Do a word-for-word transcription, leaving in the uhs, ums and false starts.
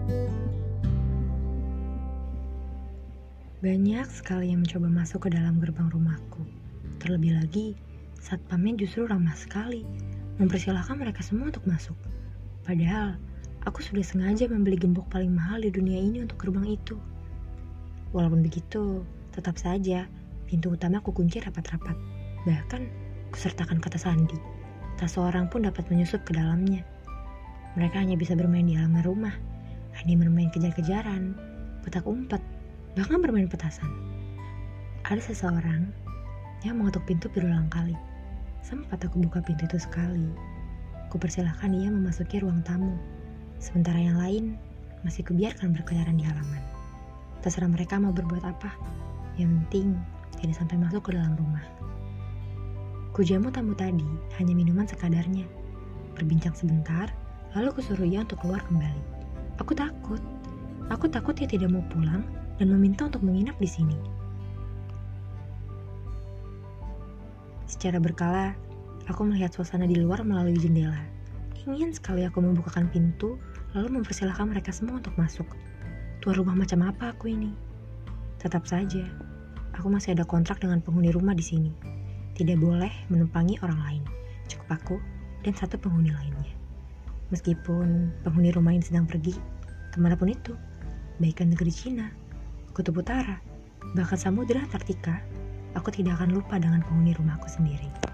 Banyak sekali yang mencoba masuk ke dalam gerbang rumahku. Terlebih lagi, satpamnya justru ramah sekali, mempersilahkan mereka semua untuk masuk. Padahal, aku sudah sengaja membeli gembok paling mahal di dunia ini untuk gerbang itu. Walaupun begitu, tetap saja pintu utama aku kunci rapat-rapat. Bahkan, kusertakan kata sandi. Tak seorang pun dapat menyusup ke dalamnya. Mereka hanya bisa bermain di halaman rumah, hanya bermain kejar-kejaran, petak umpet, bahkan bermain petasan. Ada seseorang yang mengetuk pintu berulang kali. Sempat aku buka pintu itu sekali. Kupersilahkan dia memasuki ruang tamu. Sementara yang lain masih kubiarkan berkeliaran di halaman. Terserah mereka mau berbuat apa. Yang penting tidak sampai masuk ke dalam rumah. Kujamu tamu tadi hanya minuman sekadarnya. Berbincang sebentar, lalu kusuruh ia untuk keluar kembali. Aku takut. Aku takut dia tidak mau pulang dan meminta untuk menginap di sini. Secara berkala, aku melihat suasana di luar melalui jendela. Ingin sekali aku membukakan pintu, lalu mempersilahkan mereka semua untuk masuk. Tuan rumah macam apa aku ini? Tetap saja, aku masih ada kontrak dengan penghuni rumah di sini. Tidak boleh menumpangi orang lain. Cukup aku dan satu penghuni lainnya. Meskipun penghuni rumah ini sedang pergi, kemanapun itu, baik ke negeri Cina, Kutub Utara, bahkan Samudra Antartika, aku tidak akan lupa dengan penghuni rumahku sendiri.